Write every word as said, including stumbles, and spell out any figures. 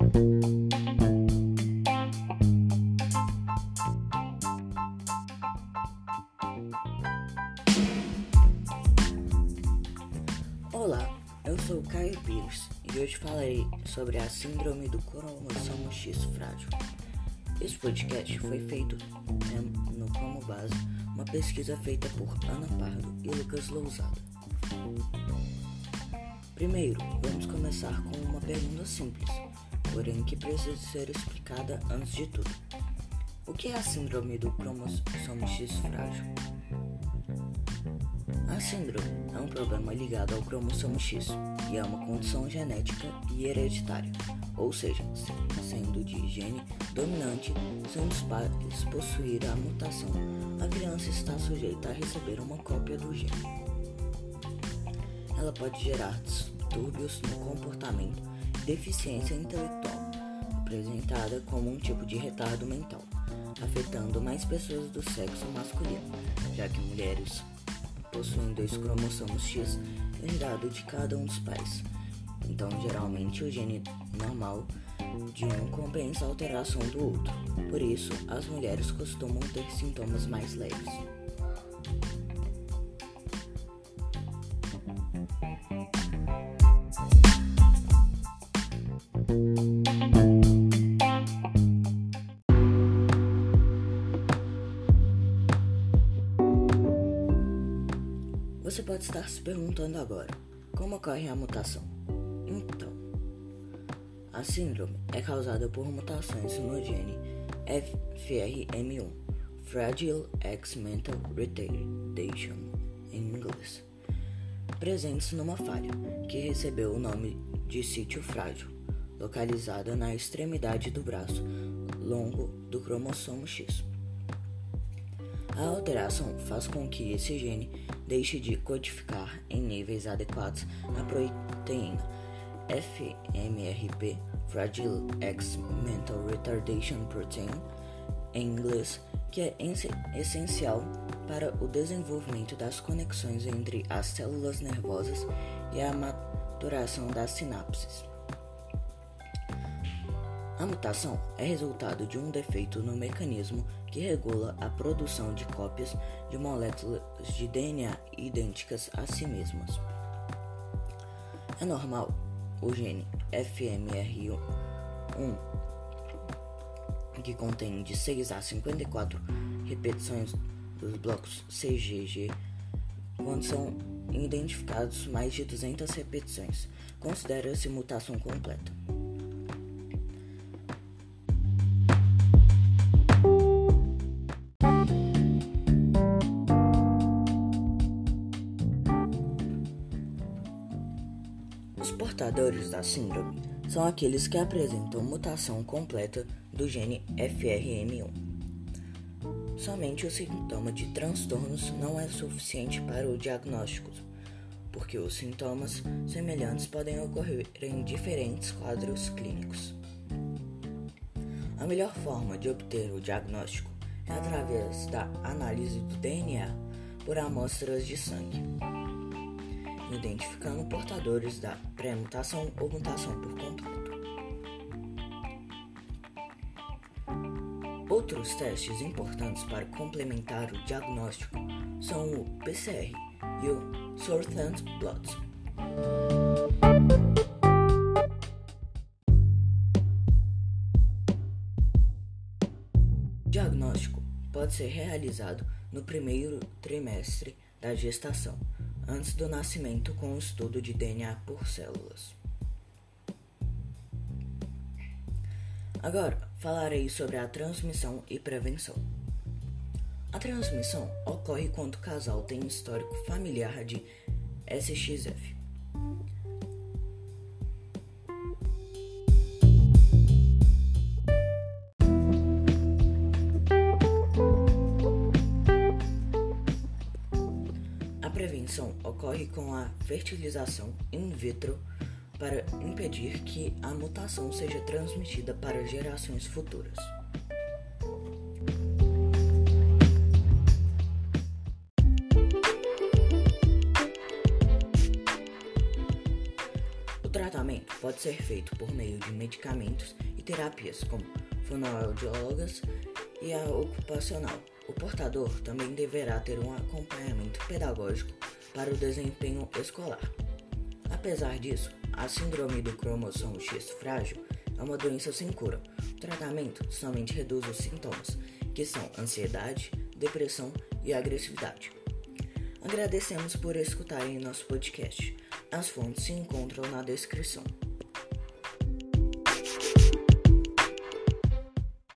Olá, eu sou o Caio Pires e hoje falarei sobre a síndrome do cromossomo X frágil. Esse podcast foi feito tendo como base uma pesquisa feita por Ana Pardo e Lucas Lousada. Primeiro, vamos começar com uma pergunta simples, porém que precisa ser explicada antes de tudo. O que é a síndrome do cromossomo X frágil? A síndrome é um problema ligado ao cromossomo X e é uma condição genética e hereditária, ou seja, sendo de gene dominante, sem os pais possuir a mutação, a criança está sujeita a receber uma cópia do gene. Ela pode gerar distúrbios no comportamento e deficiência intelectual, apresentada como um tipo de retardo mental, afetando mais pessoas do sexo masculino, já que mulheres possuem dois cromossomos X herdado de cada um dos pais. Então, geralmente, o gene normal de um compensa a alteração do outro. Por isso, as mulheres costumam ter sintomas mais leves. Você pode estar se perguntando agora, como ocorre a mutação? Então, a síndrome é causada por mutações no gene F R M um, Fragile X Mental Retardation em inglês, presentes numa falha, que recebeu o nome de sítio frágil, localizada na extremidade do braço longo do cromossomo X. A alteração faz com que esse gene deixe de codificar em níveis adequados a proteína F M R P, Fragile X Mental Retardation Protein, em inglês, que é essencial para o desenvolvimento das conexões entre as células nervosas e a maturação das sinapses. A mutação é resultado de um defeito no mecanismo que regula a produção de cópias de moléculas de D N A idênticas a si mesmas. É normal o gene F M R um, que contém de seis a cinquenta e quatro repetições dos blocos C G G, quando são identificados mais de duzentas repetições, considera-se mutação completa. Os portadores da síndrome são aqueles que apresentam mutação completa do gene F R M um. Somente o sintoma de transtornos não é suficiente para o diagnóstico, porque os sintomas semelhantes podem ocorrer em diferentes quadros clínicos. A melhor forma de obter o diagnóstico é através da análise do D N A por amostras de sangue, identificando portadores da pré-mutação ou mutação por completo. Outros testes importantes para complementar o diagnóstico são o P C R e o Sortland Blot. O diagnóstico pode ser realizado no primeiro trimestre da gestação, antes do nascimento, com o estudo de D N A por células. Agora, falarei sobre a transmissão e prevenção. A transmissão ocorre quando o casal tem histórico familiar de S X F. A prevenção ocorre com a fertilização in vitro para impedir que a mutação seja transmitida para gerações futuras. O tratamento pode ser feito por meio de medicamentos e terapias como fonoaudiólogas e a ocupacional. O portador também deverá ter um acompanhamento pedagógico para o desempenho escolar. Apesar disso, a síndrome do cromossomo X frágil é uma doença sem cura. O tratamento somente reduz os sintomas, que são ansiedade, depressão e agressividade. Agradecemos por escutarem nosso podcast. As fontes se encontram na descrição.